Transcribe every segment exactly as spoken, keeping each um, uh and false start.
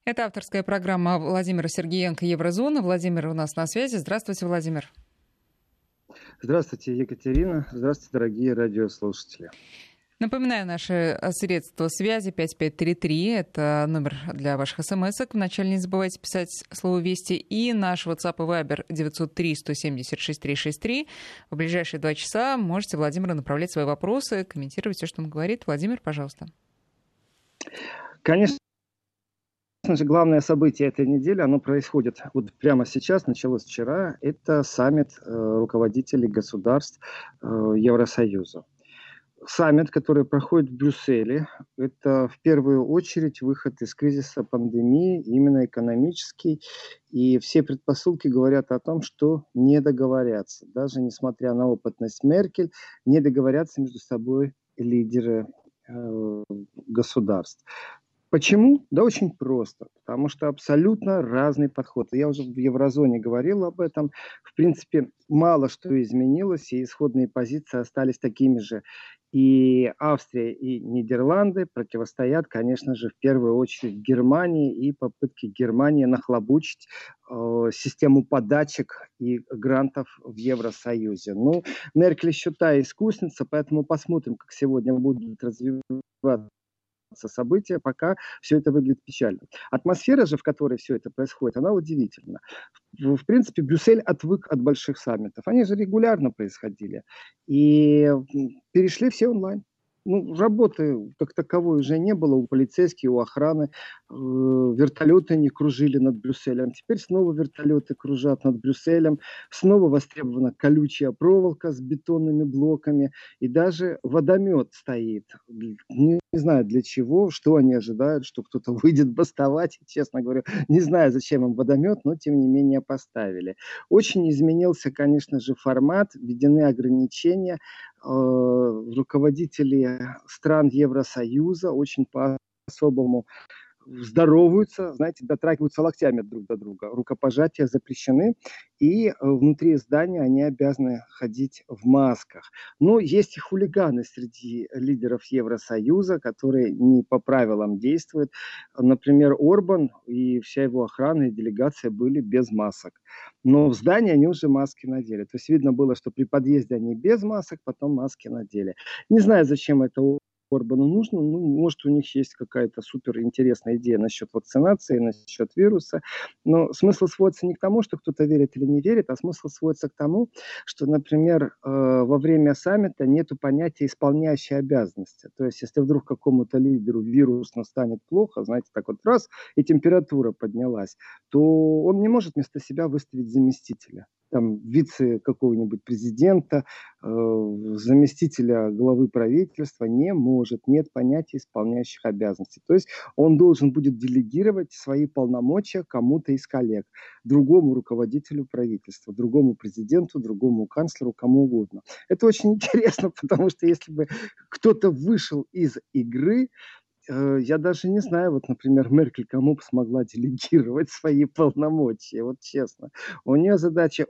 Это авторская программа Владимира Сергеенко «Еврозона». Владимир у нас на связи. Здравствуйте, Владимир. Здравствуйте, Екатерина. Здравствуйте, дорогие радиослушатели. Напоминаю, наши средства связи пять пять три три. Это номер для ваших смс-ок. Вначале не забывайте писать слово «Вести». И наш WhatsApp и Viber девятьсот три сто семьдесят шесть триста шестьдесят три. В ближайшие два часа можете Владимиру направлять свои вопросы, комментировать все, что он говорит. Владимир, пожалуйста. Конечно же, главное событие этой недели, оно происходит вот прямо сейчас, началось вчера. Это саммит э, руководителей государств э, Евросоюза. Саммит, который проходит в Брюсселе, это в первую очередь выход из кризиса пандемии, именно экономический. И все предпосылки говорят о том, что не договорятся. Даже несмотря на опытность Меркель, не договорятся между собой лидеры э, государств. Почему? Да очень просто. Потому что абсолютно разный подход. Я уже в Еврозоне говорил об этом. В принципе, мало что изменилось, и исходные позиции остались такими же. И Австрия, и Нидерланды противостоят, конечно же, в первую очередь Германии и попытке Германии нахлобучить э, систему подачек и грантов в Евросоюзе. Ну, Меркель еще та искусница, поэтому посмотрим, как сегодня будут развиваться события, пока все это выглядит печально. Атмосфера же, в которой все это происходит, она удивительна. В, в принципе, Брюссель отвык от больших саммитов. Они же регулярно происходили. И перешли все онлайн. Ну, работы как таковой уже не было у полицейских, у охраны. Э, вертолеты не кружили над Брюсселем. Теперь снова вертолеты кружат над Брюсселем. Снова востребована колючая проволока с бетонными блоками. И даже водомет стоит. Не, не знаю для чего, что они ожидают, что кто-то выйдет бастовать. Честно говоря, не знаю, зачем им водомет, но тем не менее поставили. Очень изменился, конечно же, формат. Введены ограничения. Руководители стран Евросоюза очень по-особому здороваются, знаете, дотрагиваются локтями друг до друга. Рукопожатия запрещены, и внутри здания они обязаны ходить в масках. Но есть и хулиганы среди лидеров Евросоюза, которые не по правилам действуют. Например, Орбан и вся его охрана и делегация были без масок. Но в здании они уже маски надели. То есть видно было, что при подъезде они без масок, потом маски надели. Не знаю, зачем это Орбану нужно. Ну, может, у них есть какая-то супер интересная идея насчет вакцинации, насчет вируса. Но смысл сводится не к тому, что кто-то верит или не верит, а смысл сводится к тому, что, например, э, во время саммита нет понятия исполняющей обязанности. То есть, если вдруг какому-то лидеру вирусно станет плохо, знаете, так вот раз, и температура поднялась, то он не может вместо себя выставить заместителя. Там, вице какого-нибудь президента, э, заместителя главы правительства не может, нет понятия исполняющих обязанностей. То есть он должен будет делегировать свои полномочия кому-то из коллег, другому руководителю правительства, другому президенту, другому канцлеру, кому угодно. Это очень интересно, потому что если бы кто-то вышел из игры, я даже не знаю, вот, например, Меркель кому бы смогла делегировать свои полномочия, вот честно. У нее задача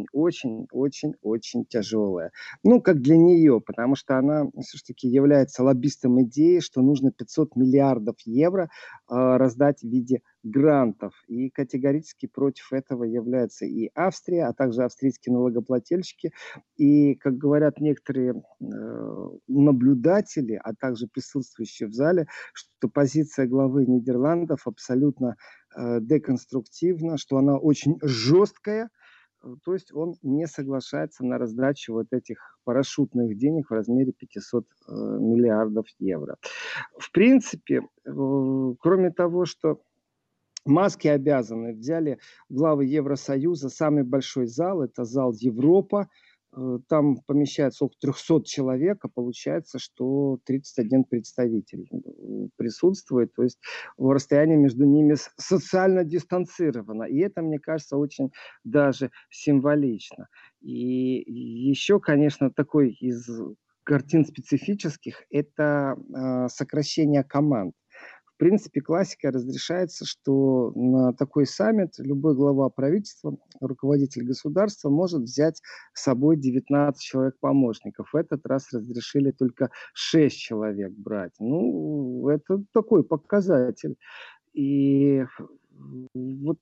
очень-очень-очень-очень тяжелая. Ну, как для нее, потому что она все-таки является лоббистом идеи, что нужно пятьсот миллиардов евро э, раздать в виде грантов. И категорически против этого является и Австрия, а также австрийские налогоплательщики. И, как говорят некоторые э, наблюдатели, а также присутствующие в зале, что позиция главы Нидерландов абсолютно э, деконструктивна, что она очень жесткая, то есть он не соглашается на раздачу вот этих парашютных денег в размере пятьсот э, миллиардов евро. В принципе, э, кроме того, что маски обязаны, взяли главы Евросоюза самый большой зал, это зал Европа, там помещается около трехсот человек, а получается, что тридцать один представитель присутствует, то есть расстояние между ними социально дистанцировано. И это, мне кажется, очень даже символично. И еще, конечно, такой из картин специфических – это э, сокращение команд. В принципе, классика разрешается, что на такой саммит любой глава правительства, руководитель государства может взять с собой девятнадцать человек-помощников. В этот раз разрешили только шесть человек брать. Ну, это такой показатель. И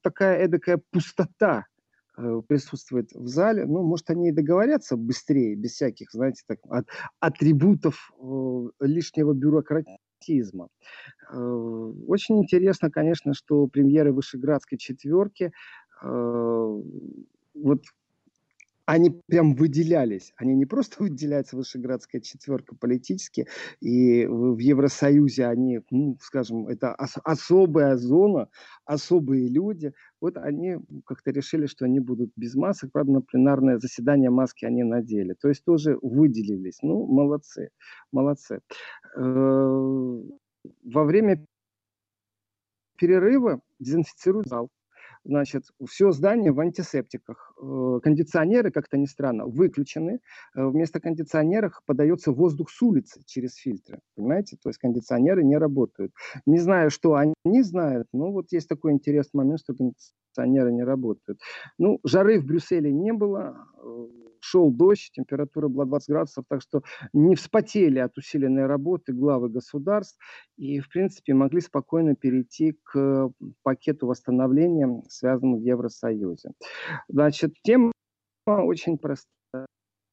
такая эдакая пустота э, присутствует в зале. Ну, может, они и договорятся быстрее, без всяких, знаете, так, от- атрибутов э, лишнего бюрократизма. Э, Очень интересно, конечно, что премьеры Вышеградской четверки э, вот они прям выделялись. Они не просто выделяются, Вышеградская четверка, политически, и в в Евросоюзе они, ну, скажем, это ос- особая зона, особые люди. Вот они как-то решили, что они будут без масок. Правда, на пленарное заседание маски они надели. То есть тоже выделились. Ну, молодцы, молодцы. Э, Во время перерыва дезинфицируют зал. Значит, все здание в антисептиках. Э, Кондиционеры, как-то ни странно, выключены. Э, Вместо кондиционеров подается воздух с улицы через фильтры. Понимаете? То есть кондиционеры не работают. Не знаю, что они знают, но вот есть такой интересный момент, что кондиционеры не работают. Ну, жары в Брюсселе не было. Э, Шел дождь, температура была двадцать градусов, так что не вспотели от усиленной работы главы государств и, в принципе, могли спокойно перейти к пакету восстановления, связанному в Евросоюзе. Значит, тема очень простая.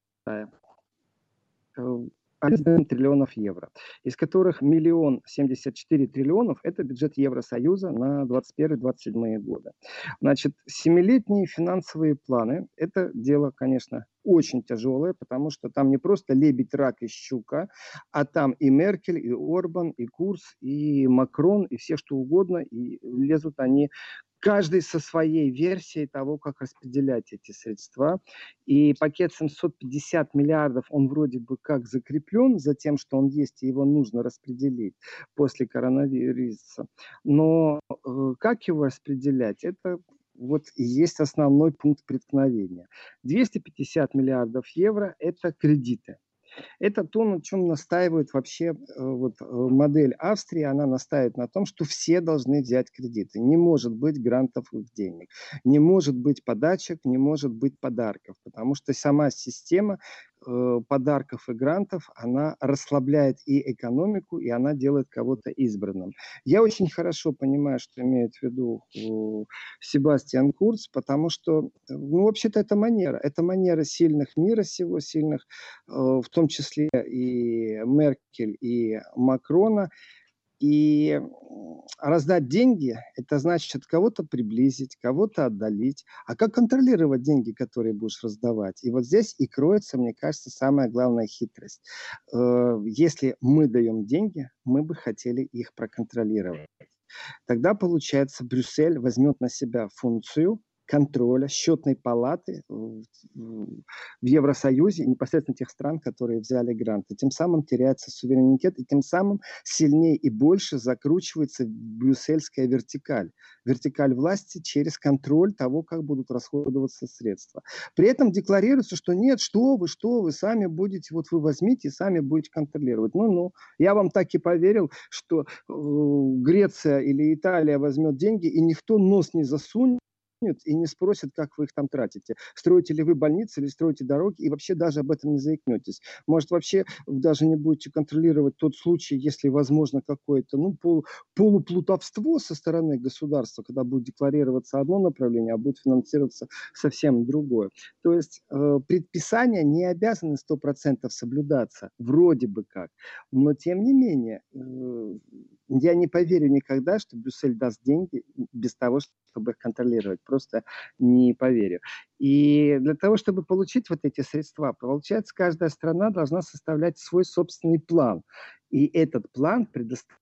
Э, один триллионов евро, из которых миллион семьдесят четыре триллионов – это бюджет Евросоюза на двадцать первый двадцать седьмые годы. Значит, семилетние финансовые планы – это дело, конечно, очень тяжелое, потому что там не просто лебедь, рак и щука, а там и Меркель, и Орбан, и Курц, и Макрон, и все что угодно, и лезут они каждый со своей версией того, как распределять эти средства. И пакет семьсот пятьдесят миллиардов, он вроде бы как закреплен за тем, что он есть, и его нужно распределить после коронавируса. Но э, как его распределять, это вот и есть основной пункт преткновения. двести пятьдесят миллиардов евро – это кредиты. Это то, на чем настаивает вообще э, вот, э, модель Австрии. Она настаивает на том, что все должны взять кредиты. Не может быть грантовых денег, не может быть подачек, не может быть подарков, потому что сама система э, подарков и грантов, она расслабляет и экономику, и она делает кого-то избранным. Я очень хорошо понимаю, что имеет в виду э, Себастьян Курц, потому что, ну, вообще-то это манера. Это манера сильных мира сего, сильных э, в том числе и Меркель, и Макрона. И раздать деньги – это значит кого-то приблизить, кого-то отдалить. А как контролировать деньги, которые будешь раздавать? И вот здесь и кроется, мне кажется, самая главная хитрость. Э, Если мы даем деньги, мы бы хотели их проконтролировать. Тогда, получается, Брюссель возьмет на себя функцию контроля счетной палаты в в Евросоюзе и непосредственно тех стран, которые взяли гранты. Тем самым теряется суверенитет, и тем самым сильнее и больше закручивается брюссельская вертикаль. Вертикаль власти через контроль того, как будут расходоваться средства. При этом декларируется, что нет, что вы, что вы, сами будете, вот вы возьмите и сами будете контролировать. Ну-ну, я вам так и поверил, что э, Греция или Италия возьмет деньги, и никто нос не засунет и не спросят, как вы их там тратите. Строите ли вы больницы или строите дороги, и вообще даже об этом не заикнетесь. Может, вообще даже не будете контролировать тот случай, если возможно какое-то ну, пол, полуплутовство со стороны государства, когда будет декларироваться одно направление, а будет финансироваться совсем другое. То есть э, предписания не обязаны сто процентов соблюдаться, вроде бы как. Но тем не менее, э, я не поверю никогда, что Брюссель даст деньги без того, чтобы их контролировать. Просто не поверю. И для того, чтобы получить вот эти средства, получается, каждая страна должна составлять свой собственный план. И этот план предоставляет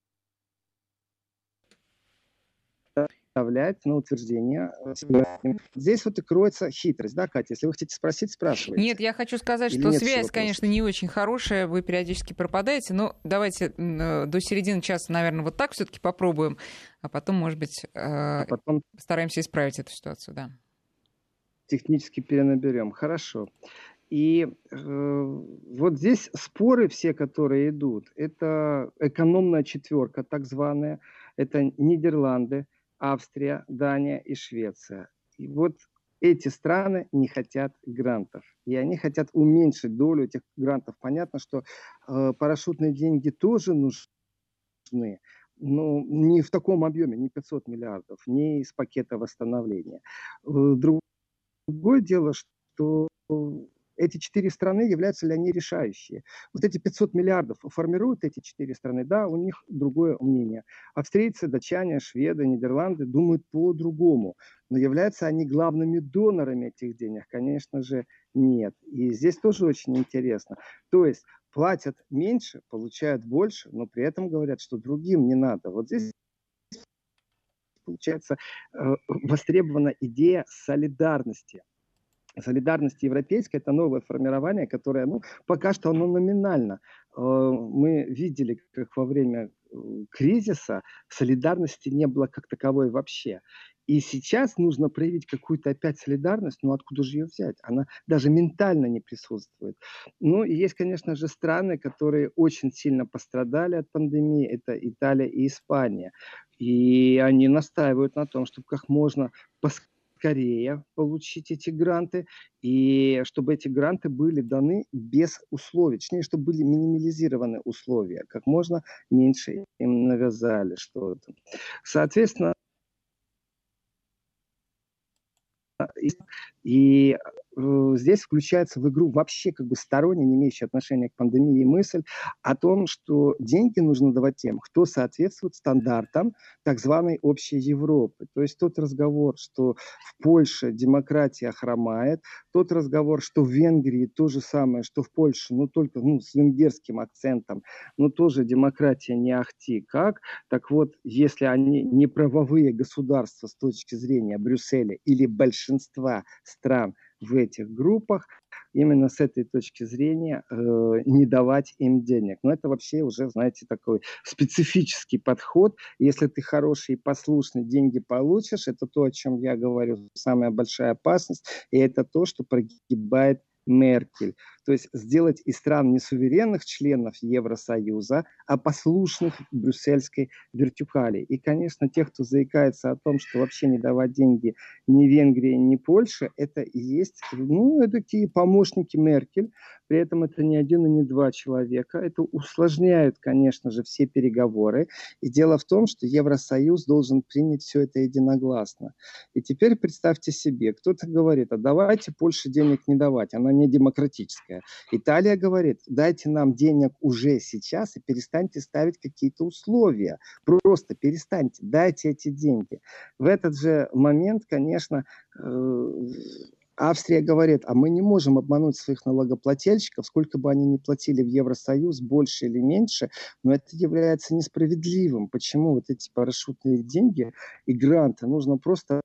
оставлять на утверждение. Здесь вот и кроется хитрость, да, Катя? Если вы хотите спросить, Нет, спрашивайте. я хочу сказать, Или что нет еще связь, вопросов? конечно, не очень хорошая, вы периодически пропадаете, но давайте э, до середины часа, наверное, вот так все-таки попробуем, а потом, может быть, А э, потом постараемся исправить эту ситуацию, да. технически перенаберем. Хорошо. И э, вот здесь споры все, которые идут, это экономная четверка, так званая, это Нидерланды, Австрия, Дания и Швеция. И вот эти страны не хотят грантов. И они хотят уменьшить долю этих грантов. Понятно, что э, парашютные деньги тоже нужны. Ну, не в таком объеме, не пятьсот миллиардов, не из пакета восстановления. Э, Другое дело, что эти четыре страны, являются ли они решающие. Вот эти пятьсот миллиардов формируют эти четыре страны, да, у них другое мнение. Австрийцы, датчане, шведы, Нидерланды думают по-другому. Но являются они главными донорами этих денег? Конечно же, нет. И здесь тоже очень интересно. То есть платят меньше, получают больше, но при этом говорят, что другим не надо. Вот здесь получается э, востребована идея солидарности. Солидарность европейская – это новое формирование, которое, ну, пока что оно номинально. Э, Мы видели, как во время э, кризиса солидарности не было как таковой вообще. И сейчас нужно проявить какую-то опять солидарность, но откуда же ее взять? Она даже ментально не присутствует. Ну, и есть, конечно же, страны, которые очень сильно пострадали от пандемии. Это Италия и Испания. И они настаивают на том, чтобы как можно поскорее получить эти гранты, и чтобы эти гранты были даны без условий, точнее, чтобы были минимализированы условия, как можно меньше им навязали что-то. Соответственно, и, и э, здесь включается в игру вообще как бы сторонняя, не имеющая отношения к пандемии мысль о том, что деньги нужно давать тем, кто соответствует стандартам так званой общей Европы. То есть тот разговор, что в Польше демократия хромает, тот разговор, что в Венгрии то же самое, что в Польше, но только ну, с венгерским акцентом, но тоже демократия не ахти как. Так вот, если они не правовые государства с точки зрения Брюсселя или большинства стран в этих группах, именно с этой точки зрения э, не давать им денег. Но это вообще уже, знаете, такой специфический подход. Если ты хороший и послушный, деньги получишь. Это то, о чем я говорю, самая большая опасность. И это то, что прогибает Меркель. То есть сделать из стран не суверенных членов Евросоюза, а послушных брюссельской вертикали. И, конечно, тех, кто заикается о том, что вообще не давать деньги ни Венгрии, ни Польше, это и есть, ну, это такие помощники Меркель. При этом это не один и не два человека. Это усложняет, конечно же, все переговоры. И дело в том, что Евросоюз должен принять все это единогласно. И теперь представьте себе, кто-то говорит, а давайте Польше денег не давать, она не демократическая. Италия говорит, дайте нам денег уже сейчас и перестаньте ставить какие-то условия. Просто перестаньте, дайте эти деньги. В этот же момент, конечно, э, Австрия говорит, а мы не можем обмануть своих налогоплательщиков, сколько бы они ни платили в Евросоюз, больше или меньше, но это является несправедливым. Почему вот эти парашютные деньги и гранты нужно просто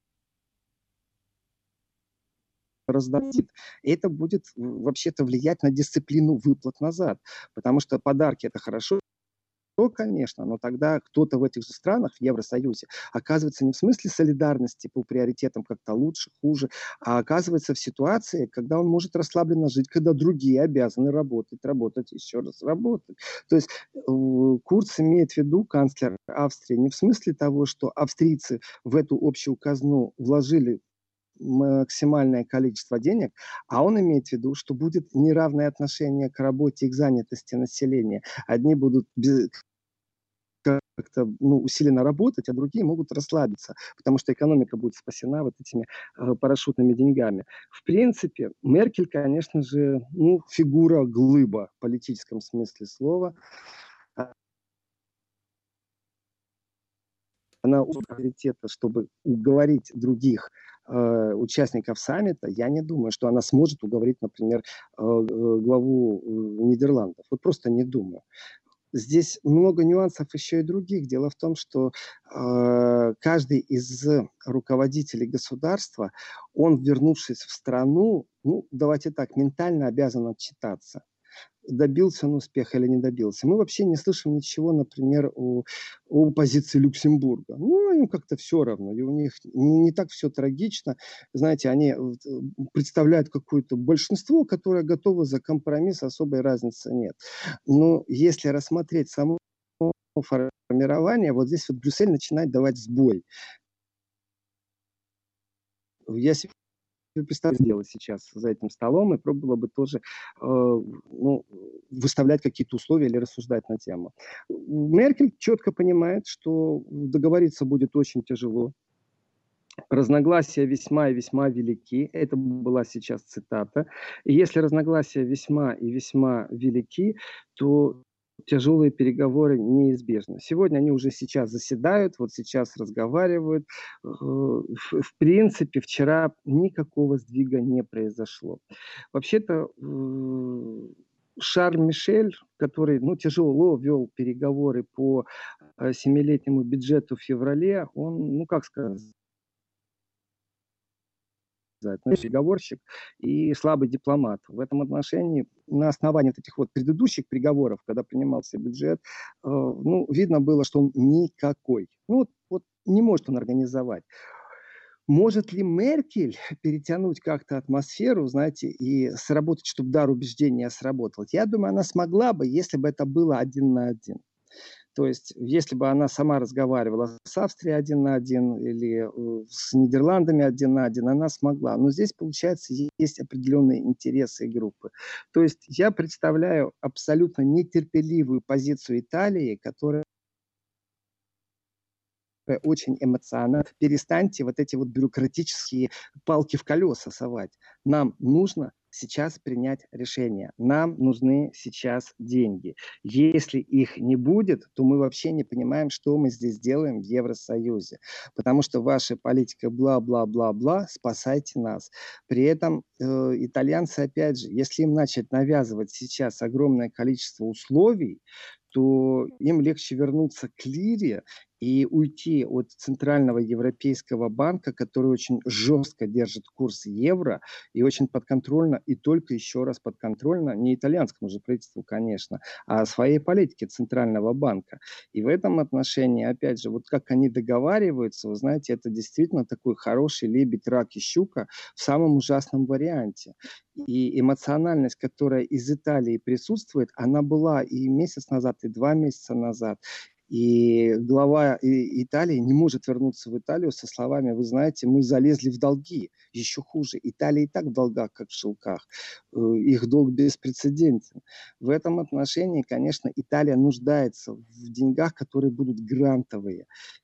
раздадут. И это будет вообще-то влиять на дисциплину выплат назад. Потому что подарки – это хорошо, конечно, но тогда кто-то в этих же странах, в Евросоюзе, оказывается не в смысле солидарности по приоритетам как-то лучше, хуже, а оказывается в ситуации, когда он может расслабленно жить, когда другие обязаны работать, работать, еще раз работать. То есть э, Курц имеет в виду, канцлер Австрии, не в смысле того, что австрийцы в эту общую казну вложили максимальное количество денег, а он имеет в виду, что будет неравное отношение к работе и к занятости населения. Одни будут без, как-то ну, усиленно работать, а другие могут расслабиться, потому что экономика будет спасена вот этими э, парашютными деньгами. В принципе, Меркель, конечно же, ну, фигура глыба в политическом смысле слова. Она авторитета, чтобы уговорить других э, участников саммита, я не думаю, что она сможет уговорить, например, э, главу э, Нидерландов. Вот просто не думаю. Здесь много нюансов еще и других. Дело в том, что э, каждый из руководителей государства, он, вернувшись в страну, ну, давайте так, ментально обязан отчитаться. Добился он успеха или не добился. Мы вообще не слышим ничего, например, о, о позиции Люксембурга. Ну, им как-то все равно. И у них не, не так все трагично. Знаете, они представляют какое-то большинство, которое готово за компромисс, особой разницы нет. Но если рассмотреть само формирование, вот здесь вот Брюссель начинает давать сбой. Я себе представить делать сейчас за этим столом и пробовала бы тоже э, ну, выставлять какие-то условия или рассуждать на тему. Меркель четко понимает, что договориться будет очень тяжело. Разногласия весьма и весьма велики. Это была сейчас цитата. И если разногласия весьма и весьма велики, то тяжелые переговоры неизбежны. Сегодня они уже сейчас заседают, вот сейчас разговаривают. Э, В в принципе, вчера никакого сдвига не произошло. Вообще-то, э, Шарль Мишель, который, ну, тяжело вел переговоры по э, семилетнему бюджету в феврале, он, ну, как сказать, сказать, ну, переговорщик и слабый дипломат. В этом отношении на основании вот этих вот предыдущих переговоров, когда принимался бюджет, э, ну, видно было, что он никакой. Ну, вот, вот не может он организовать. Может ли Меркель перетянуть как-то атмосферу, знаете, и сработать, чтобы дар убеждения сработал? Я думаю, она смогла бы, если бы это было один на один. То есть, если бы она сама разговаривала с Австрией один на один или э, с Нидерландами один на один, она смогла. Но здесь, получается, есть определенные интересы группы. То есть, я представляю абсолютно нетерпеливую позицию Италии, которая очень эмоционально. Перестаньте вот эти вот бюрократические палки в колеса совать. Нам нужно сейчас принять решение. Нам нужны сейчас деньги. Если их не будет, то мы вообще не понимаем, что мы здесь делаем в Евросоюзе. Потому что ваша политика бла-бла-бла-бла, спасайте нас. При этом э, итальянцы, опять же, если им начать навязывать сейчас огромное количество условий, то им легче вернуться к лире и уйти от Центрального Европейского банка, который очень жестко держит курс евро и очень подконтрольно, и только еще раз подконтрольно, не итальянскому же правительству, конечно, а своей политике Центрального банка. И в этом отношении, опять же, вот как они договариваются, вы знаете, это действительно такой хороший лебедь, рак и щука в самом ужасном варианте. И эмоциональность, которая из Италии присутствует, она была и месяц назад, и два месяца назад. И глава Италии не может вернуться в Италию со словами: вы знаете, мы залезли в долги. Еще хуже. Италия и так в долгах, как в шелках. Их долг беспрецедентен. В этом отношении, конечно, Италия нуждается в деньгах, которые будут грантовые.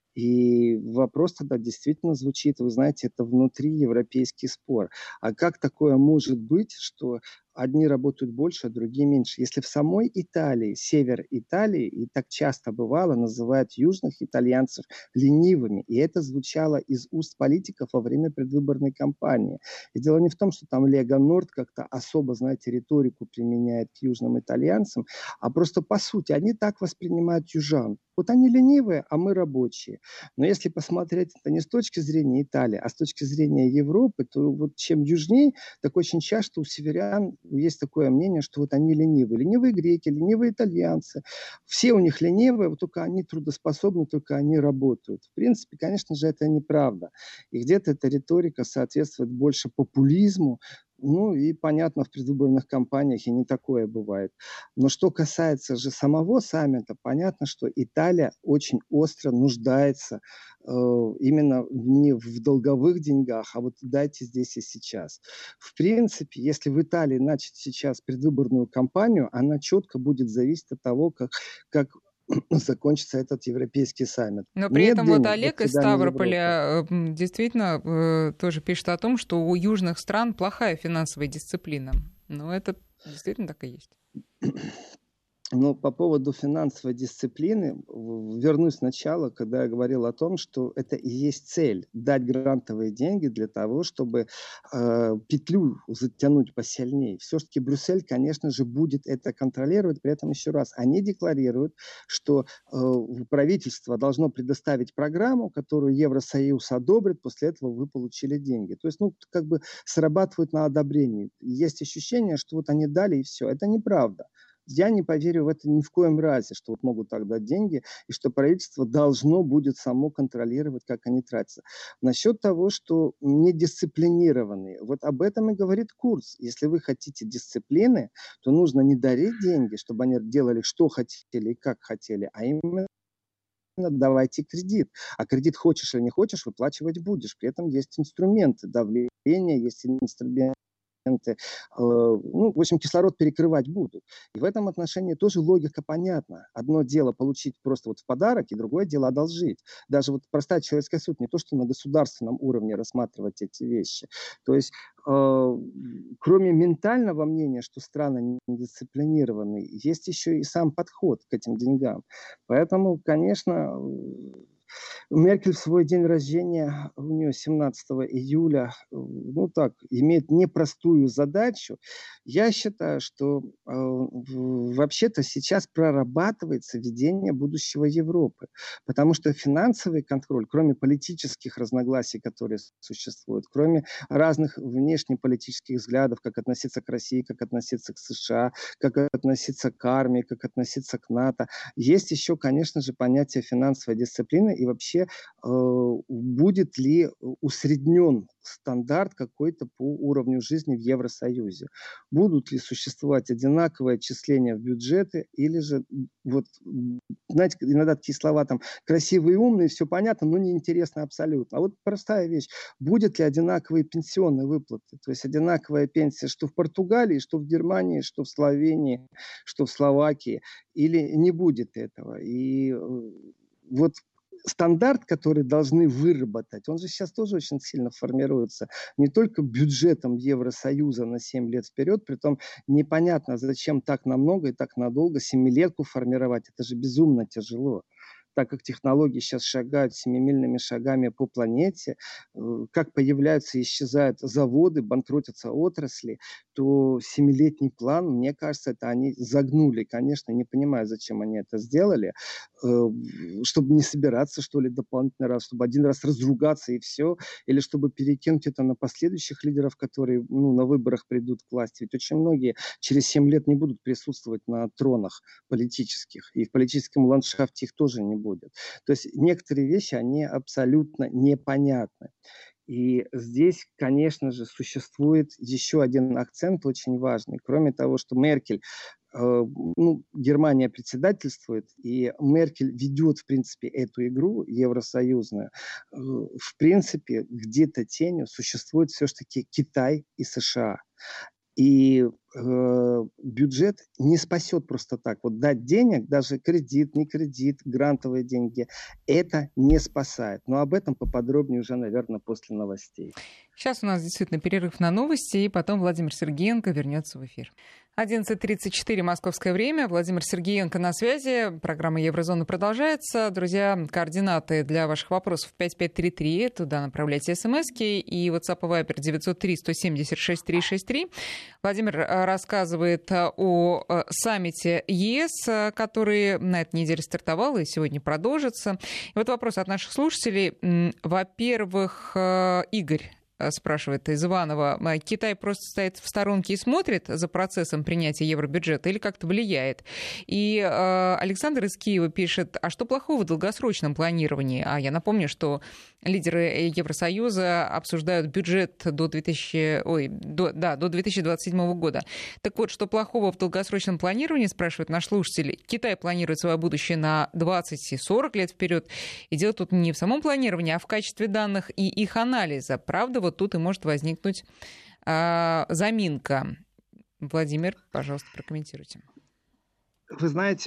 И вопрос тогда действительно звучит, вы знаете, это внутриевропейский спор. А как такое может быть, что одни работают больше, а другие меньше? Если в самой Италии, север Италии, и так часто бывало, называют южных итальянцев ленивыми. И это звучало из уст политиков во время предвыборной кампании. И дело не в том, что там Лега Норд как-то особо, знаете, риторику применяет к южным итальянцам, а просто по сути они так воспринимают южан. Вот они ленивые, а мы рабочие. Но если посмотреть это не с точки зрения Италии, а с точки зрения Европы, то вот чем южнее, так очень часто у северян есть такое мнение, что вот они ленивые. Ленивые греки, ленивые итальянцы. Все у них ленивые, вот только они трудоспособны, только они работают. В принципе, конечно же, это неправда. И где-то эта риторика соответствует больше популизму. Ну и понятно, в предвыборных кампаниях и не такое бывает. Но что касается же самого саммита, понятно, что Италия очень остро нуждается э, именно не в долговых деньгах, а вот дайте здесь и сейчас. В принципе, если в Италии начать сейчас предвыборную кампанию, она четко будет зависеть от того, как, как закончится этот европейский саммит. Но при Нет этом вот денег, Олег до из свидания, Европа. Ставрополя э, действительно э, тоже пишет о том, что у южных стран плохая финансовая дисциплина. Ну, это действительно так и есть. Но по поводу финансовой дисциплины, в- вернусь сначала, когда я говорил о том, что это и есть цель – дать грантовые деньги для того, чтобы э, петлю затянуть посильнее. Все-таки Брюссель, конечно же, будет это контролировать. При этом, еще раз, они декларируют, что э, правительство должно предоставить программу, которую Евросоюз одобрит, после этого вы получили деньги. То есть, ну, как бы срабатывают на одобрение. Есть ощущение, что вот они дали и все. Это неправда. Я не поверю в это ни в коем разе, что вот могут так дать деньги, и что правительство должно будет само контролировать, как они тратятся. Насчет того, что недисциплинированные, вот об этом и говорит Курц. Если вы хотите дисциплины, то нужно не дарить деньги, чтобы они делали, что хотели и как хотели, а именно давайте кредит. А кредит хочешь или не хочешь, выплачивать будешь. При этом есть инструменты давления, есть инструменты, э, ну, в общем, кислород перекрывать будут. И в этом отношении тоже логика понятна. Одно дело получить просто вот в подарок, и другое дело одолжить. Даже вот простая человеческая суть, не то, что на государственном уровне рассматривать эти вещи. То есть, э, кроме ментального мнения, что страны недисциплинированы, есть еще и сам подход к этим деньгам. Поэтому, конечно, Меркель в свой день рождения, у нее семнадцатого июля, ну так, имеет непростую задачу. Я считаю, что э, вообще-то сейчас прорабатывается ведение будущего Европы, потому что финансовый контроль, кроме политических разногласий, которые существуют, кроме разных внешнеполитических взглядов, как относиться к России, как относиться к США, как относиться к армии, как относиться к НАТО, есть еще, конечно же, понятие финансовой дисциплины и вообще э, будет ли усреднен стандарт какой-то по уровню жизни в Евросоюзе. Будут ли существовать одинаковые отчисления в бюджеты или же, вот, знаете, иногда такие слова там красивые и умные, все понятно, но неинтересно абсолютно. А вот простая вещь. Будет ли одинаковые пенсионные выплаты? То есть одинаковая пенсия, что в Португалии, что в Германии, что в Словении, что в Словакии, или не будет этого? И э, вот стандарт, который должны выработать, он же сейчас тоже очень сильно формируется не только бюджетом Евросоюза на семь лет вперед, притом непонятно, зачем так на много и так надолго семилетку формировать, это же безумно тяжело. Так как технологии сейчас шагают семимильными шагами по планете, как появляются и исчезают заводы, банкротятся отрасли, то семилетний план, мне кажется, это они загнули. Конечно, не понимаю, зачем они это сделали, чтобы не собираться, что ли, дополнительный раз, чтобы один раз разругаться и все, или чтобы перекинуть это на последующих лидеров, которые, ну, на выборах придут к власти. Ведь очень многие через семь лет не будут присутствовать на тронах политических, и в политическом ландшафте их тоже не будет. То есть некоторые вещи, они абсолютно непонятны. И здесь, конечно же, существует еще один акцент очень важный. Кроме того, что Меркель, э, ну, Германия председательствует, и Меркель ведет, в принципе, эту игру евросоюзную, э, в принципе, где-то тенью существует все-таки Китай и США. И э, бюджет не спасет просто так. Вот дать денег, даже кредит, не кредит, грантовые деньги, это не спасает. Но об этом поподробнее уже, наверное, после новостей. Сейчас у нас действительно перерыв на новости, и потом Владимир Сергеенко вернется в эфир. одиннадцать тридцать четыре московское время. Владимир Сергеенко на связи. Программа «Еврозона» продолжается. Друзья, координаты для ваших вопросов пять пять три три. Туда направляйте смски. И WhatsApp и Viber девятьсот три сто семьдесят шесть триста шестьдесят три. Владимир рассказывает о саммите ЕС, который на этой неделе стартовал и сегодня продолжится. И вот вопрос от наших слушателей. Во-первых, Игорь спрашивает из Иванова, Китай просто стоит в сторонке и смотрит за процессом принятия евробюджета или как-то влияет? И э, Александр из Киева пишет, а что плохого в долгосрочном планировании? А я напомню, что лидеры Евросоюза обсуждают бюджет до, две тысячи, ой, до, да, до две тысячи двадцать седьмого года. Так вот, что плохого в долгосрочном планировании, спрашивает наш слушатель. Китай планирует свое будущее на двадцать и сорок лет вперед. И дело тут не в самом планировании, а в качестве данных и их анализа. Правда, вот тут и может возникнуть а, заминка. Владимир, пожалуйста, прокомментируйте. Вы знаете,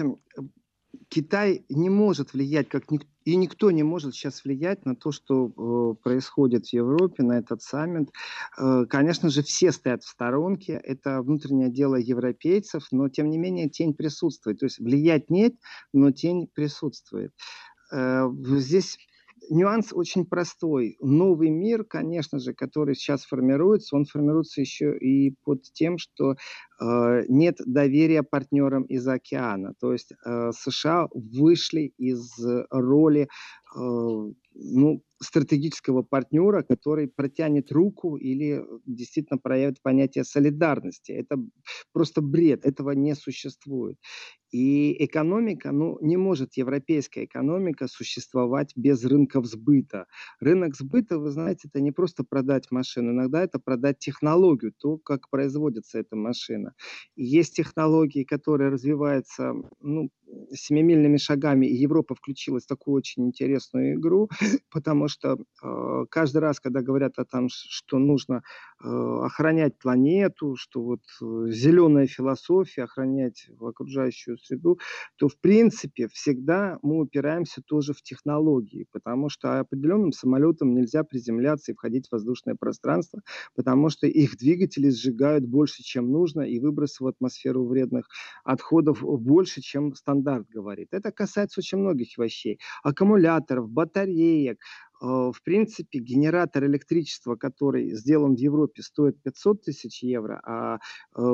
Китай не может влиять, как ник- и никто не может сейчас влиять на то, что э, происходит в Европе, на этот саммит. Э, конечно же, все стоят в сторонке, это внутреннее дело европейцев, но тем не менее тень присутствует. То есть влиять нет, но тень присутствует. Э, здесь нюанс очень простой. Новый мир, конечно же, который сейчас формируется, он формируется еще и под тем, что э, нет доверия партнерам из океана. То есть э, США вышли из роли, э, ну, стратегического партнера, который протянет руку или действительно проявит понятие солидарности. Это просто бред, этого не существует. И экономика, ну, не может европейская экономика существовать без рынков сбыта. Рынок сбыта, вы знаете, это не просто продать машину, иногда это продать технологию, то, как производится эта машина. И есть технологии, которые развиваются, ну, семимильными шагами, и Европа включилась в такую очень интересную игру, потому что э, каждый раз, когда говорят о том, что нужно э, охранять планету, что вот э, зеленая философия, охранять окружающую среду, то в принципе всегда мы упираемся тоже в технологии, потому что определенным самолетам нельзя приземляться и входить в воздушное пространство, потому что их двигатели сжигают больше, чем нужно, и выбросы в атмосферу вредных отходов больше, чем стандарт говорит. Это касается очень многих вещей. Аккумуляторов, батареек. Э, В принципе, генератор электричества, который сделан в Европе, стоит пятьсот тысяч евро, а э,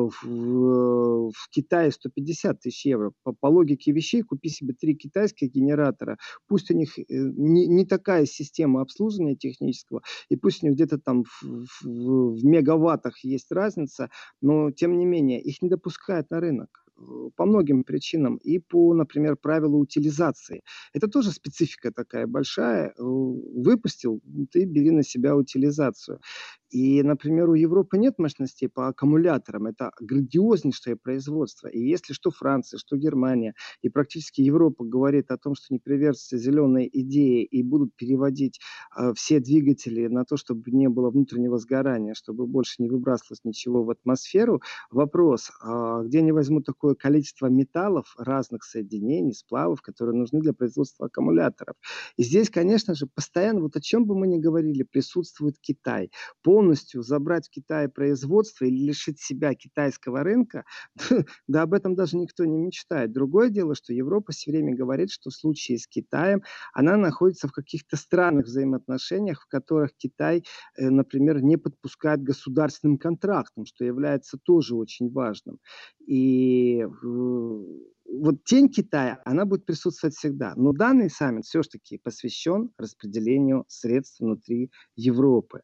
в, в Китае сто пятьдесят тысяч евро. По, по логике вещей, купи себе три китайских генератора, пусть у них э, не, не такая система обслуживания технического, и пусть у них где-то там в, в, в мегаваттах есть разница, но тем не менее их не допускают на рынок э, по многим причинам и по, например, правилу утилизации. Это тоже специфика такая большая. Э, Выпустил, ты бери на себя утилизацию. И, например, у Европы нет мощностей по аккумуляторам. Это грандиознейшее производство. И если что Франция, что Германия, и практически Европа говорит о том, что не приверженцы зеленой идеи и будут переводить э, все двигатели на то, чтобы не было внутреннего сгорания, чтобы больше не выбрасывалось ничего в атмосферу, вопрос, а где они возьмут такое количество металлов, разных соединений, сплавов, которые нужны для производства аккумуляторов. И здесь, конечно же, постоянно, вот о чем бы мы ни говорили, присутствует Китай. Полностью забрать в Китае производство или лишить себя китайского рынка, да об этом даже никто не мечтает. Другое дело, что Европа все время говорит, что в случае с Китаем она находится в каких-то странных взаимоотношениях, в которых Китай, э, например, не подпускает к государственным контрактам, что является тоже очень важным. И э, вот тень Китая, она будет присутствовать всегда. Но данный саммит все-таки посвящен распределению средств внутри Европы.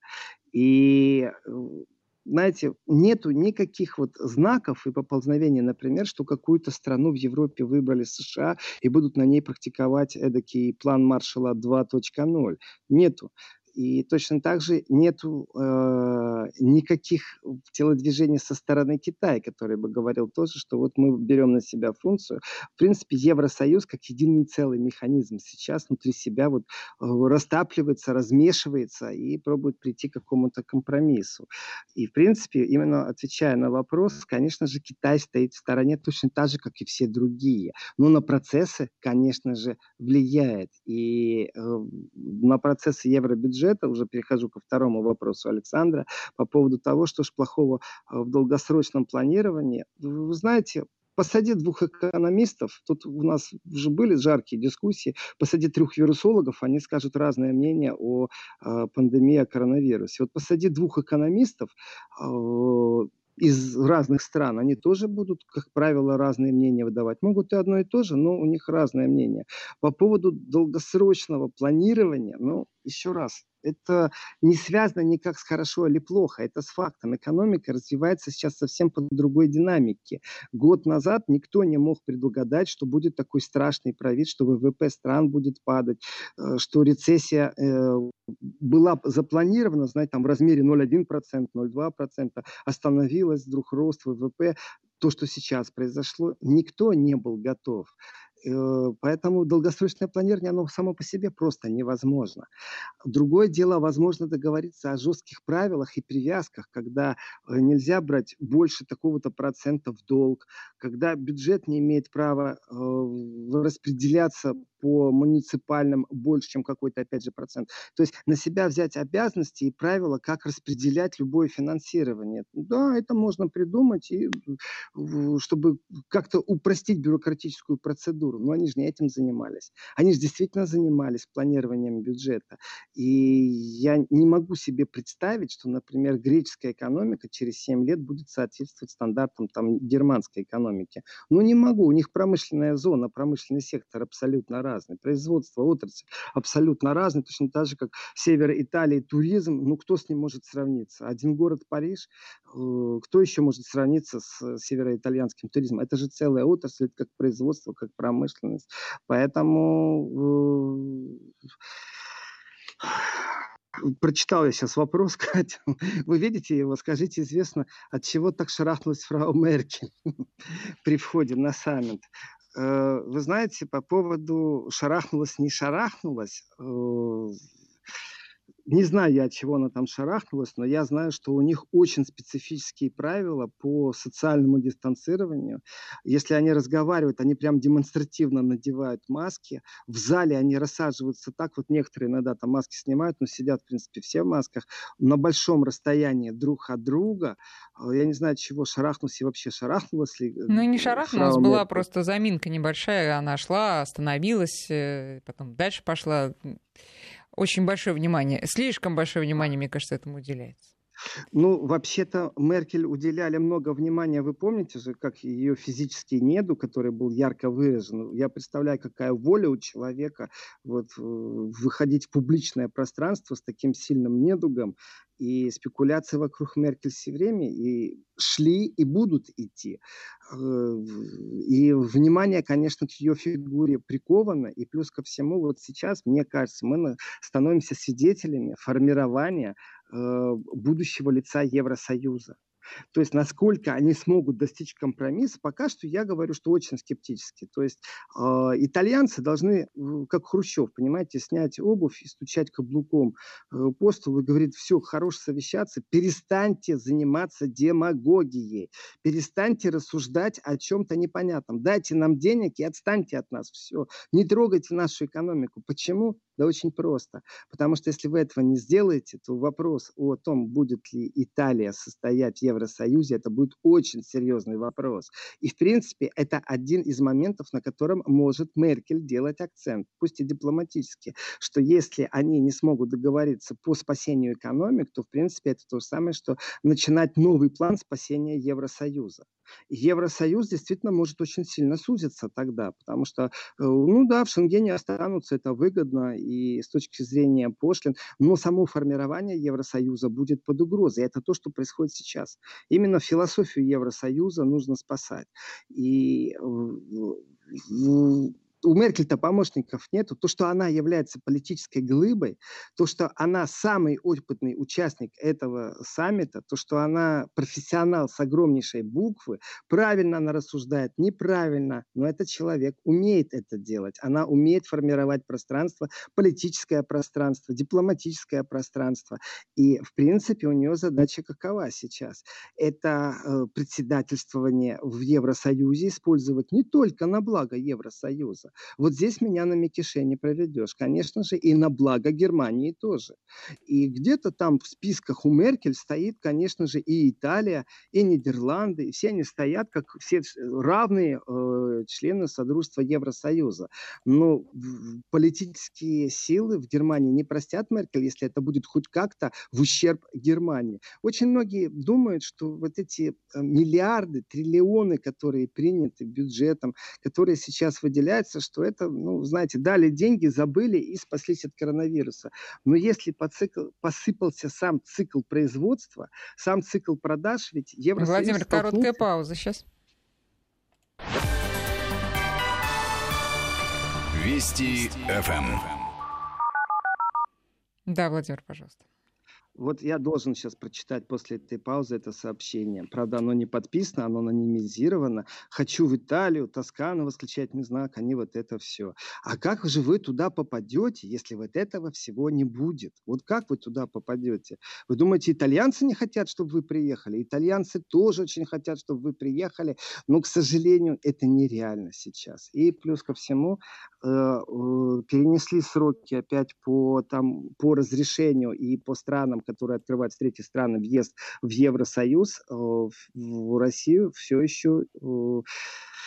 И, э, знаете, нету никаких вот знаков и поползновений, например, что какую-то страну в Европе выбрали США и будут на ней практиковать эдакий план Маршалла два точка ноль. Нету. И точно так же нету э, никаких телодвижений со стороны Китая, который бы говорил тоже, что вот мы берем на себя функцию. В принципе, Евросоюз как единый целый механизм сейчас внутри себя вот э, растапливается, размешивается и пробует прийти к какому-то компромиссу. И, в принципе, именно отвечая на вопрос, конечно же, Китай стоит в стороне точно так же, как и все другие. Но на процессы, конечно же, влияет. И э, на процессы евробюджета, уже перехожу ко второму вопросу Александра, по поводу того, что ж плохого э, в долгосрочном планировании. Вы, вы знаете, посади двух экономистов, тут у нас уже были жаркие дискуссии, посади трех вирусологов, они скажут разное мнение о э, пандемии, о коронавирусе. Вот посади двух экономистов э, из разных стран, они тоже будут, как правило, разные мнения выдавать. Могут и одно и то же, но у них разное мнение. По поводу долгосрочного планирования, ну, еще раз, это не связано никак с хорошо или плохо, это с фактом. Экономика развивается сейчас совсем по другой динамике. Год назад никто не мог предугадать, что будет такой страшный провид, что вэ вэ пэ стран будет падать, э, что рецессия э, была запланирована, знаете, там в размере ноль целых одна десятая процента, ноль целых два процента, остановилась, вдруг рост вэ вэ пэ. То, что сейчас произошло, никто не был готов. Э, Поэтому долгосрочное планирование, оно само по себе просто невозможно. Другое дело, возможно, договориться о жестких правилах и привязках, когда э, нельзя брать больше такого-то процента в долг, когда бюджет не имеет права э, распределяться по муниципальным больше, чем какой-то, опять же, процент. То есть на себя взять обязанности и правила, как распределять любое финансирование. Да, это можно придумать, и, в- чтобы как-то упростить бюрократическую процедуру. Но они же не этим занимались. Они же действительно занимались планированием бюджета. И я не могу себе представить, что, например, греческая экономика через семь лет будет соответствовать стандартам там, германской экономики. Ну, не могу. У них промышленная зона, промышленный сектор абсолютно разные. Производство, отрасль абсолютно разные. Точно так же, как север Италии, туризм. Ну, кто с ним может сравниться? Один город Париж. Э, кто еще может сравниться с североитальянским туризмом? Это же целая отрасль, это как производство, как промышленность. Поэтому... Э, Прочитал я сейчас вопрос, Катя. Вы видите его? Скажите, известно, от чего так шарахнулась фрау Меркель при входе на саммит? Э, Вы знаете, по поводу шарахнулась, не шарахнулась, э, не знаю я, от чего она там шарахнулась, но я знаю, что у них очень специфические правила по социальному дистанцированию. Если они разговаривают, они прям демонстративно надевают маски. В зале они рассаживаются так, вот некоторые иногда там маски снимают, но сидят, в принципе, все в масках, на большом расстоянии друг от друга. Э, Я не знаю, от чего шарахнулась и вообще шарахнулась ли Ну, не э, шарахнулась, фрау была Меркель. просто заминка небольшая. Она шла, остановилась, э, потом дальше пошла. Очень большое внимание, слишком большое внимание, мне кажется, этому уделяется. Ну, вообще-то Меркель уделяли много внимания. Вы помните же, как ее физический недуг, который был ярко выражен. Я представляю, какая воля у человека вот, э, выходить в публичное пространство с таким сильным недугом. И спекуляции вокруг Меркель все время и шли, и будут идти. Э, И внимание, конечно, к ее фигуре приковано. И плюс ко всему, вот сейчас, мне кажется, мы на- становимся свидетелями формирования э, будущего лица Евросоюза. То есть насколько они смогут достичь компромисса, пока что я говорю, что очень скептически. То есть э, итальянцы должны, э, как Хрущев, понимаете, снять обувь и стучать каблуком э, по столу и говорить: все, хорош совещаться, перестаньте заниматься демагогией, перестаньте рассуждать о чем-то непонятном, дайте нам денег и отстаньте от нас, все, не трогайте нашу экономику. Почему? Да очень просто. Потому что если вы этого не сделаете, то вопрос о том, будет ли Италия состоять в Евросоюзе, это будет очень серьезный вопрос. И, в принципе, это один из моментов, на котором может Меркель делать акцент, пусть и дипломатически, что если они не смогут договориться по спасению экономик, то, в принципе, это то же самое, что начинать новый план спасения Евросоюза. Евросоюз действительно может очень сильно сузиться тогда, потому что, э, ну да, в Шенгене останутся, это выгодно и с точки зрения пошлин, но само формирование Евросоюза будет под угрозой. Это то, что происходит сейчас. Именно философию Евросоюза нужно спасать. И э, в- у Меркель-то помощников нету. То, что она является политической глыбой, то, что она самый опытный участник этого саммита, то, что она профессионал с огромнейшей буквы, правильно она рассуждает, неправильно, но этот человек умеет это делать. Она умеет формировать пространство, политическое пространство, дипломатическое пространство. И, в принципе, у нее задача какова сейчас? Это э, председательствование в Евросоюзе использовать не только на благо Евросоюза. Вот здесь меня на мякише не проведешь. Конечно же, и на благо Германии тоже. И где-то там в списках у Меркель стоит, конечно же, и Италия, и Нидерланды. И все они стоят как все равные э, члены Содружества Евросоюза. Но в- политические силы в Германии не простят Меркель, если это будет хоть как-то в ущерб Германии. Очень многие думают, что вот эти э, миллиарды, триллионы, которые приняты бюджетом, которые сейчас выделяются, что это, ну, знаете, дали деньги, забыли и спаслись от коронавируса. Но если поцикл- посыпался сам цикл производства, сам цикл продаж, ведь Евросоюз Владимир, короткая столкнулся... пауза сейчас. Вести эф эм. Да, Владимир, пожалуйста. Вот я должен сейчас прочитать после этой паузы это сообщение. Правда, оно не подписано, оно анонимизировано. Хочу в Италию, Тоскану, восклицательный знак, они вот это все. А как же вы туда попадете, если вот этого всего не будет? Вот как вы туда попадете? Вы думаете, итальянцы не хотят, чтобы вы приехали? Итальянцы тоже очень хотят, чтобы вы приехали, но, к сожалению, это нереально сейчас. И плюс ко всему, э, э, перенесли сроки опять по, там, по разрешению и по странам, которые открывают в третьи страны въезд в Евросоюз, э, в, в Россию все еще э,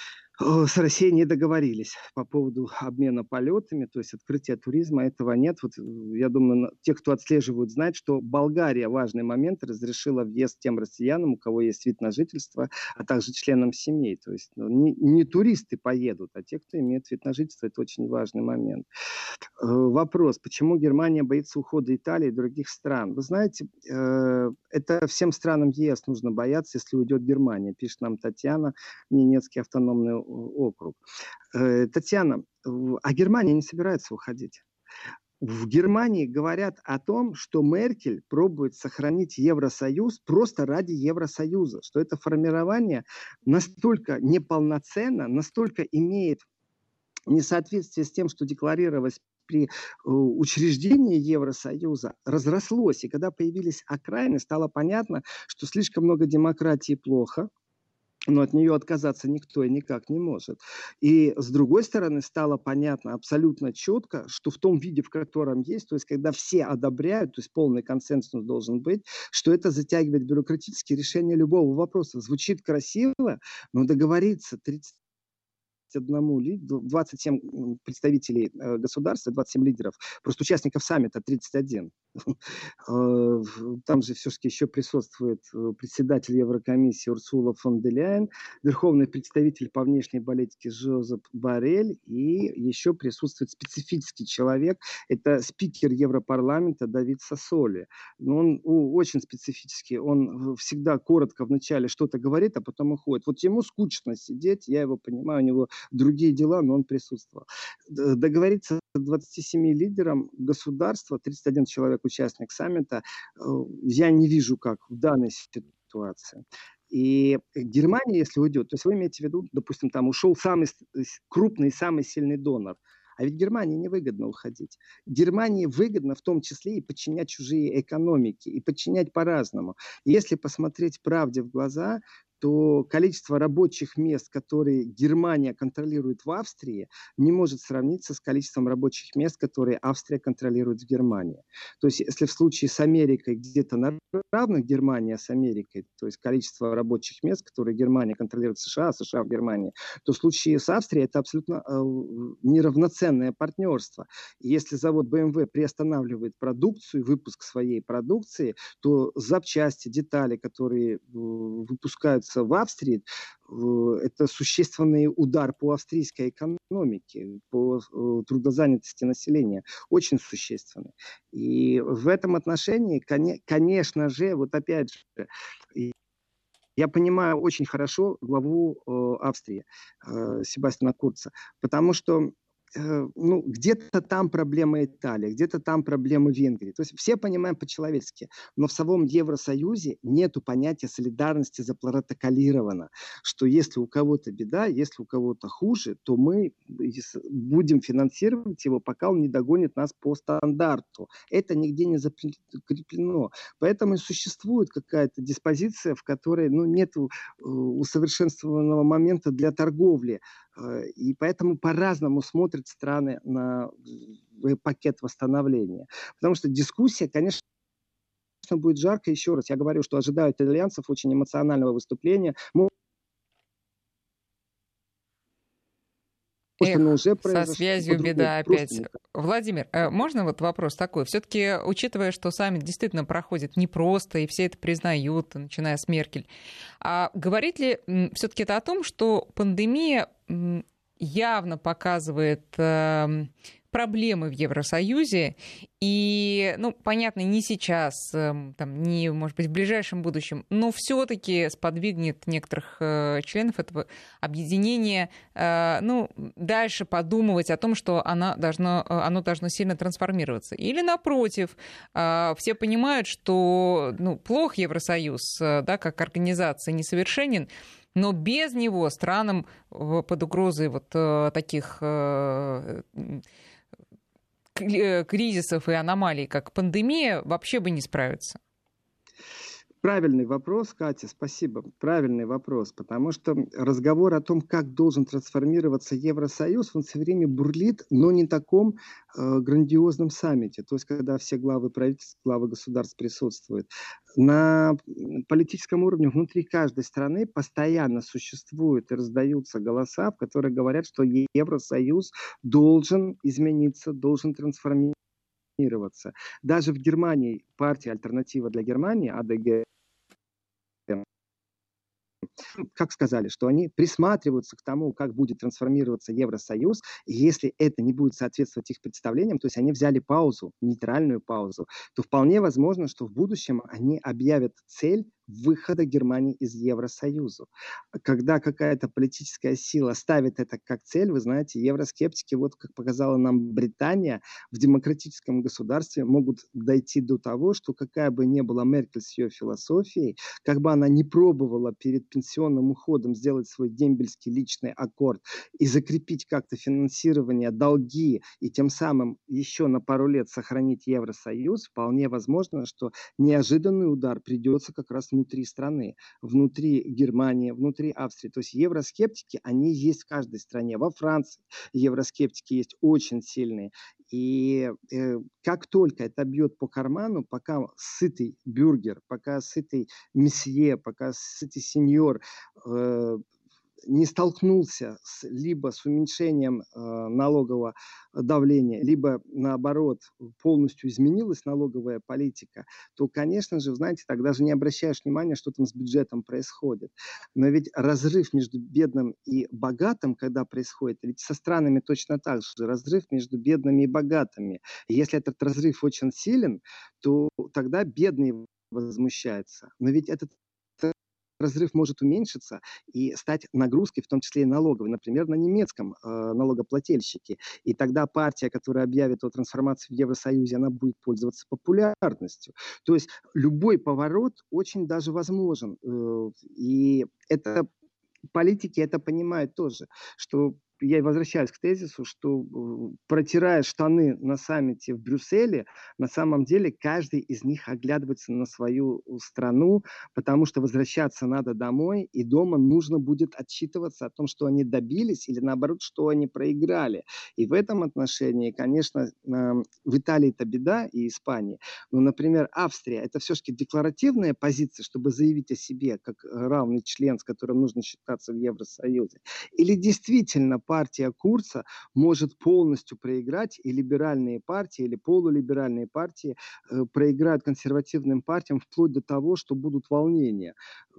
С Россией не договорились по поводу обмена полетами, то есть открытия туризма, этого нет. Вот, я думаю, те, кто отслеживают, знают, что Болгария в важный момент разрешила въезд тем россиянам, у кого есть вид на жительство, а также членам семей. То есть ну, не, не туристы поедут, а те, кто имеет вид на жительство. Это очень важный момент. Вопрос, почему Германия боится ухода Италии и других стран? Вы знаете, это всем странам ЕС нужно бояться, если уйдет Германия, пишет нам Татьяна, Ненецкий автономный округ. Татьяна, а Германия не собирается уходить. В Германии говорят о том, что Меркель пробует сохранить Евросоюз просто ради Евросоюза, что это формирование настолько неполноценно, настолько имеет несоответствие с тем, что декларировалось при учреждении Евросоюза, разрослось. И когда появились окраины, стало понятно, что слишком много демократии плохо, но от нее отказаться никто и никак не может. И с другой стороны стало понятно абсолютно четко, что в том виде, в котором есть, то есть когда все одобряют, то есть полный консенсус должен быть, что это затягивает бюрократические решения любого вопроса. Звучит красиво, но договориться тридцать одному, двадцать семь представителей государства, двадцать семь лидеров, просто участников саммита тридцать один. Там же все-таки еще присутствует председатель Еврокомиссии Урсула фон дер Ляйен, верховный представитель по внешней политике Жозеп Боррель, и еще присутствует специфический человек, это спикер Европарламента Давид Сассоли. Но он очень специфический, он всегда коротко вначале что-то говорит, а потом уходит. Вот ему скучно сидеть, я его понимаю, у него другие дела, но он присутствовал. Договориться с двадцатью семью лидерам государства, тридцать один человек участник саммита, я не вижу, как в данной ситуации. И Германия, если уйдет, то есть вы имеете в виду, допустим, там ушел самый крупный, самый сильный донор. А ведь Германии невыгодно уходить. Германии выгодно в том числе и подчинять чужие экономики, и подчинять по-разному. И если посмотреть правде в глаза, то количество рабочих мест, которые Германия контролирует в Австрии, не может сравниться с количеством рабочих мест, которые Австрия контролирует в Германии. То есть, если в случае с Америкой где-то на равных Германия с Америкой, то есть количество рабочих мест, которые Германия контролирует в США, США в Германии, то в случае с Австрией это абсолютно э, неравноценное партнерство. И если завод бэ эм вэ приостанавливает продукцию, выпуск своей продукции, то запчасти, детали, которые э, выпускаются в Австрии, это существенный удар по австрийской экономике, по трудозанятости населения, очень существенный. И в этом отношении, конечно же, вот опять же, я понимаю очень хорошо главу Австрии Себастьяна Курца, потому что ну, где-то там проблема Италии, где-то там проблемы Венгрии. То есть все понимаем по-человечески, но в самом Евросоюзе нету понятия солидарности запротоколировано, что если у кого-то беда, если у кого-то хуже, то мы будем финансировать его, пока он не догонит нас по стандарту. Это нигде не закреплено. Поэтому и существует какая-то диспозиция, в которой ну, нет усовершенствованного момента для торговли. И поэтому по-разному смотрят страны на пакет восстановления. Потому что дискуссия, конечно, будет жарко. Еще раз, я говорю, что ожидаю итальянцев очень эмоционального выступления. Эх, уже со связью беда опять. Владимир, можно вот вопрос такой? Все-таки, учитывая, что саммит действительно проходит непросто, и все это признают, начиная с Меркель, а говорит ли все-таки это о том, что пандемия явно показывает проблемы в Евросоюзе, и, ну, понятно, не сейчас, там, не, может быть, в ближайшем будущем, но все-таки сподвигнет некоторых членов этого объединения, ну, дальше подумывать о том, что оно должно, оно должно сильно трансформироваться. Или, напротив, все понимают, что, ну, плох Евросоюз, да, как организация, несовершенен, но без него странам под угрозой вот таких кризисов и аномалий, как пандемия, вообще бы не справиться. Правильный вопрос, Катя, спасибо. Правильный вопрос, потому что разговор о том, как должен трансформироваться Евросоюз, он все время бурлит, но не в таком э, грандиозном саммите, то есть когда все главы правительств, главы государств присутствуют. На политическом уровне внутри каждой страны постоянно существуют и раздаются голоса, которые говорят, что Евросоюз должен измениться, должен трансформироваться. Даже в Германии партия «Альтернатива для Германии», А Д Г, как сказали, что они присматриваются к тому, как будет трансформироваться Евросоюз, и если это не будет соответствовать их представлениям, то есть они взяли паузу, нейтральную паузу, то вполне возможно, что в будущем они объявят цель выхода Германии из Евросоюза. Когда какая-то политическая сила ставит это как цель, вы знаете, евроскептики, вот как показала нам Британия, в демократическом государстве могут дойти до того, что какая бы ни была Меркель с ее философией, как бы она ни пробовала перед пенсионным уходом сделать свой дембельский личный аккорд и закрепить как-то финансирование, долги, и тем самым еще на пару лет сохранить Евросоюз, вполне возможно, что неожиданный удар придется как раз внутри страны, внутри Германии, внутри Австрии. То есть евроскептики, они есть в каждой стране. Во Франции евроскептики есть очень сильные. И э, как только это бьет по карману, пока сытый бюргер, пока сытый месье, пока сытый сеньор э, не столкнулся с, либо с уменьшением э, налогового давления, либо, наоборот, полностью изменилась налоговая политика, то, конечно же, знаете, тогда же не обращаешь внимания, что там с бюджетом происходит. Но ведь разрыв между бедным и богатым, когда происходит, ведь со странами точно так же, разрыв между бедными и богатыми. И если этот разрыв очень силен, то тогда бедные возмущаются. Но ведь этот разрыв может уменьшиться и стать нагрузкой, в том числе и налоговой, например, на немецком э, налогоплательщике. И тогда партия, которая объявит о трансформации в Евросоюзе, она будет пользоваться популярностью. То есть любой поворот очень даже возможен. Э, и это политики это понимают тоже, что я возвращаюсь к тезису, что э, протирая штаны на саммите в Брюсселе, на самом деле каждый из них оглядывается на свою страну, потому что возвращаться надо домой, и дома нужно будет отчитываться о том, что они добились, или наоборот, что они проиграли. И в этом отношении, конечно, э, в Италии это беда, и Испании, но, например, Австрия, это все-таки декларативная позиция, чтобы заявить о себе как равный член, с которым нужно считаться в Евросоюзе. Или действительно партия Курца может полностью проиграть, и либеральные партии или полулиберальные партии э, проиграют консервативным партиям вплоть до того, что будут волнения.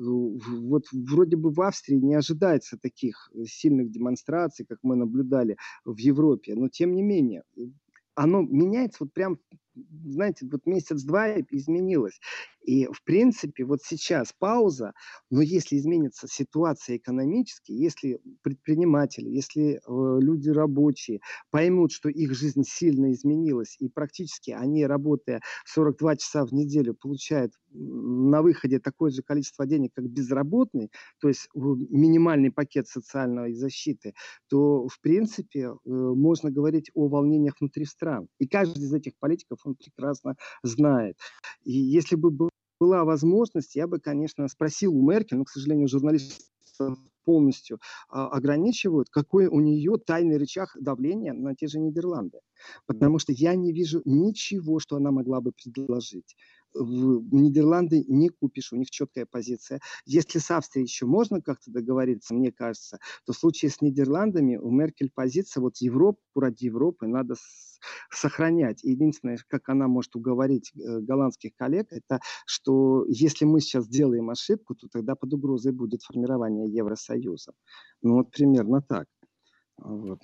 Вот вроде бы в Австрии не ожидается таких сильных демонстраций, как мы наблюдали в Европе, но тем не менее оно меняется вот прям, знаете, вот месяц-два изменилось. И, в принципе, вот сейчас пауза, но если изменится ситуация экономически, если предприниматели, если э, люди рабочие поймут, что их жизнь сильно изменилась, и практически они, работая сорок два часа в неделю, получают на выходе такое же количество денег, как безработный, то есть минимальный пакет социальной защиты, то, в принципе, э, можно говорить о волнениях внутри стран. И каждый из этих политиков, он прекрасно знает. И если бы был была возможность, я бы, конечно, спросил у Меркель, но, к сожалению, журналисты полностью а, ограничивают, какой у нее тайный рычаг давления на те же Нидерланды. Потому что я не вижу ничего, что она могла бы предложить. В Нидерланды не купишь, у них четкая позиция. Если с Австрией еще можно как-то договориться, мне кажется, то в случае с Нидерландами у Меркель позиция, вот Европу ради Европы надо с- сохранять. Единственное, как она может уговорить э, голландских коллег, это что если мы сейчас сделаем ошибку, то тогда под угрозой будет формирование Евросоюза. Ну вот примерно так. Вот.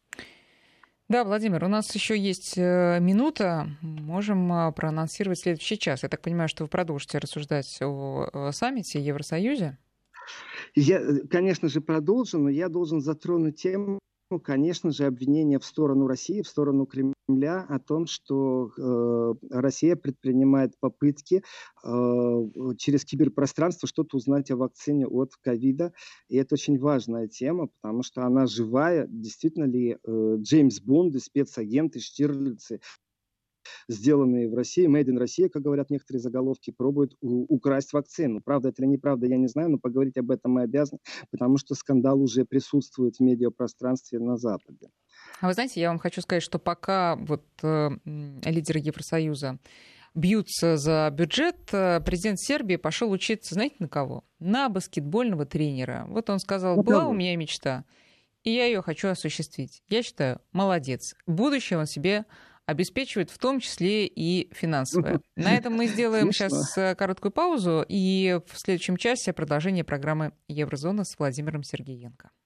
Да, Владимир, у нас еще есть э, минута. Можем э, проанонсировать следующий час. Я так понимаю, что вы продолжите рассуждать о, о саммите Евросоюзе. Я, э, конечно же, продолжу, но я должен затронуть тему, конечно же, обвинения в сторону России, в сторону Кремля о том, что э, Россия предпринимает попытки э, через киберпространство что-то узнать о вакцине от ковида. И это очень важная тема, потому что она живая. Действительно ли э, Джеймс Бонд, спецагенты, Штирлицы сделанные в России, made in Россия, как говорят некоторые заголовки, пробуют у- украсть вакцину. Правда это или неправда, я не знаю, но поговорить об этом мы обязаны, потому что скандал уже присутствует в медиапространстве на Западе. А вы знаете, я вам хочу сказать, что пока вот э, лидеры Евросоюза бьются за бюджет, президент Сербии пошел учиться, знаете, на кого? На баскетбольного тренера. Вот он сказал, Ну, была правда. у меня мечта, и я ее хочу осуществить. Я считаю, молодец. Будущее он себе обеспечивает, в том числе и финансовое. На этом мы сделаем сейчас короткую паузу, и в следующем часе продолжение программы «Еврозона» с Владимиром Сергеенко.